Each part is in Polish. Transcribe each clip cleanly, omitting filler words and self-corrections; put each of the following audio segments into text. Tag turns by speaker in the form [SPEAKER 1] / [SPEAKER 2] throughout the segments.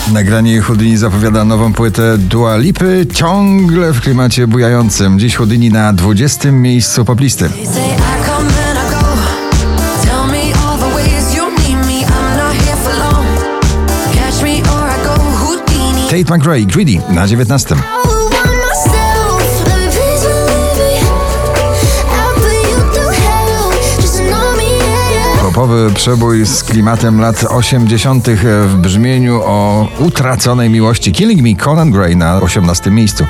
[SPEAKER 1] Nagranie Houdini zapowiada nową płytę Dua Lipy, ciągle w klimacie bujającym. Dziś Houdini na 20. miejscu poplisty. Tate McRae, Greedy na 19. Popowy przebój z klimatem lat 80. w brzmieniu o utraconej miłości. Killing Me, Conan Gray na 18. miejscu.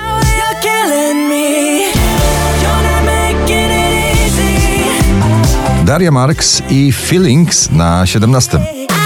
[SPEAKER 1] Daria Marks i Feelings na 17.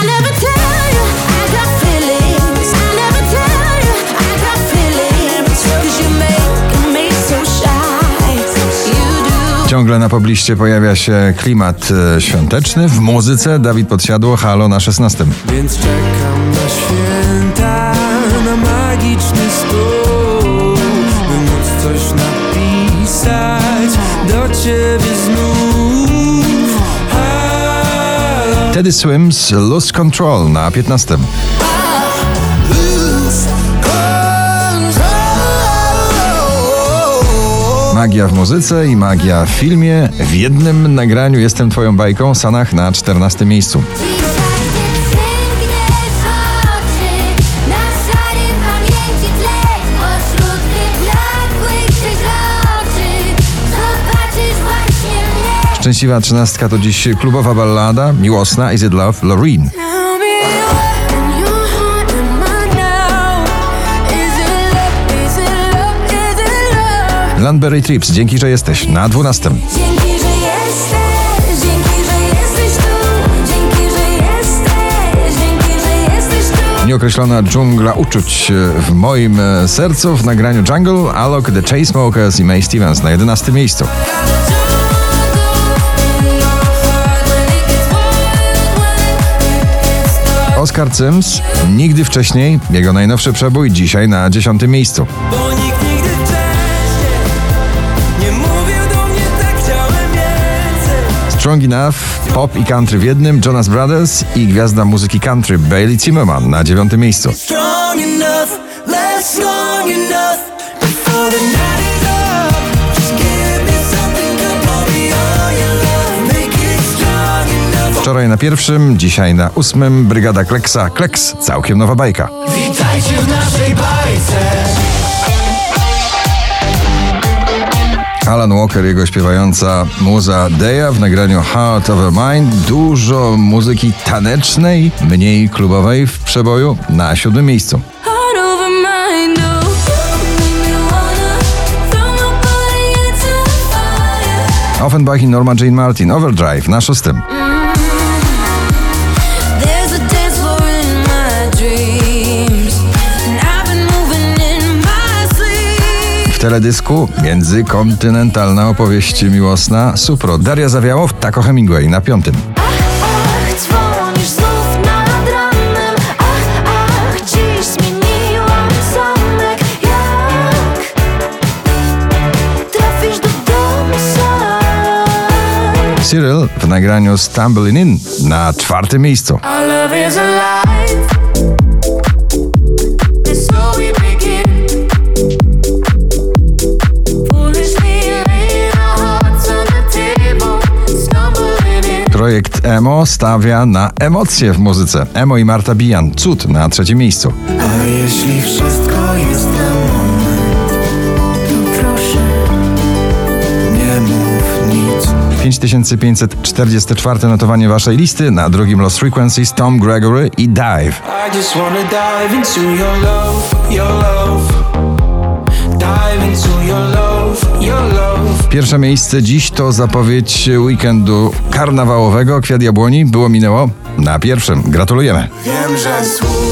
[SPEAKER 1] Ciągle na pobliście pojawia się klimat świąteczny. W muzyce Dawid Podsiadło, Halo na 16.
[SPEAKER 2] Więc czekam na święta, na magiczny stół, by móc coś napisać do ciebie znów. Halo.
[SPEAKER 1] Teddy Swims, Lose Control na 15. Magia w muzyce i magia w filmie. W jednym nagraniu Jestem twoją bajką. Sanach na 14. miejscu. Szczęśliwa 13 to dziś klubowa ballada miłosna Is It Love, Loreen. Landberry Trips, Dzięki, że jesteś na 12.
[SPEAKER 3] Dzięki, że jesteś, dzięki, że jesteś tu, dzięki, że jesteś, dzięki, że jesteś tu.
[SPEAKER 1] Nieokreślona dżungla uczuć w moim sercu w nagraniu Jungle, Alok, The Chainsmokers i Mae Stevens na 11. miejscu. Oscar Sims, Nigdy wcześniej, jego najnowszy przebój, dzisiaj na 10. miejscu.
[SPEAKER 2] Bo nikt nigdy wcześniej nie mówił do mnie tak, chciałem więcej.
[SPEAKER 1] Strong Enough, pop i country w jednym, Jonas Brothers i gwiazda muzyki country Bailey Zimmerman na 9. miejscu.
[SPEAKER 2] Strong enough, less long enough before the night is up. Just give me something good, baby, all your love. Make it strong enough.
[SPEAKER 1] Wczoraj na 1., dzisiaj na 8. Brygada Kleksa. Kleks, całkiem nowa bajka.
[SPEAKER 2] Witajcie w naszej bajce.
[SPEAKER 1] Alan Walker, jego śpiewająca muza Deja w nagraniu Heart of a Mind. Dużo muzyki tanecznej, mniej klubowej w przeboju na 7. miejscu.
[SPEAKER 3] Heart over mind, oh, make me wanna throw my body into fire.
[SPEAKER 1] Offenbach i Norma Jean Martin, Overdrive na 6.
[SPEAKER 3] There's a dance floor in my dreams, and I've been moving in my sleep.
[SPEAKER 1] W teledysku międzykontynentalna opowieść miłosna Supro. Daria Zawiałow, Taco Hemingway na 5.
[SPEAKER 3] Ach, dzwonisz znów nad ranem. Ach, dziś zmieniłam zamek. Jak trafisz do domu sam?
[SPEAKER 1] Cyril w nagraniu Stumbling In na 4. miejscu.
[SPEAKER 3] Our love is alive. And so we begin. Foolishly laying our hearts on the table, stumbling in.
[SPEAKER 1] Projekt Emo stawia na emocje w muzyce. Emo i Marta Bijan, Cud na 3. miejscu.
[SPEAKER 2] A jeśli wszystko jest na moment,
[SPEAKER 3] To proszę.
[SPEAKER 2] nie mów nic.
[SPEAKER 1] 5544 notowanie waszej listy, na 2. Lost Frequencies, Tom Gregory i Dive.
[SPEAKER 2] I just wanna dive into your love, your love. Dive into your love, your love.
[SPEAKER 1] Pierwsze miejsce dziś to zapowiedź weekendu karnawałowego. Kwiat Jabłoni, Było minęło na 1. Gratulujemy.
[SPEAKER 2] Wiem, że słów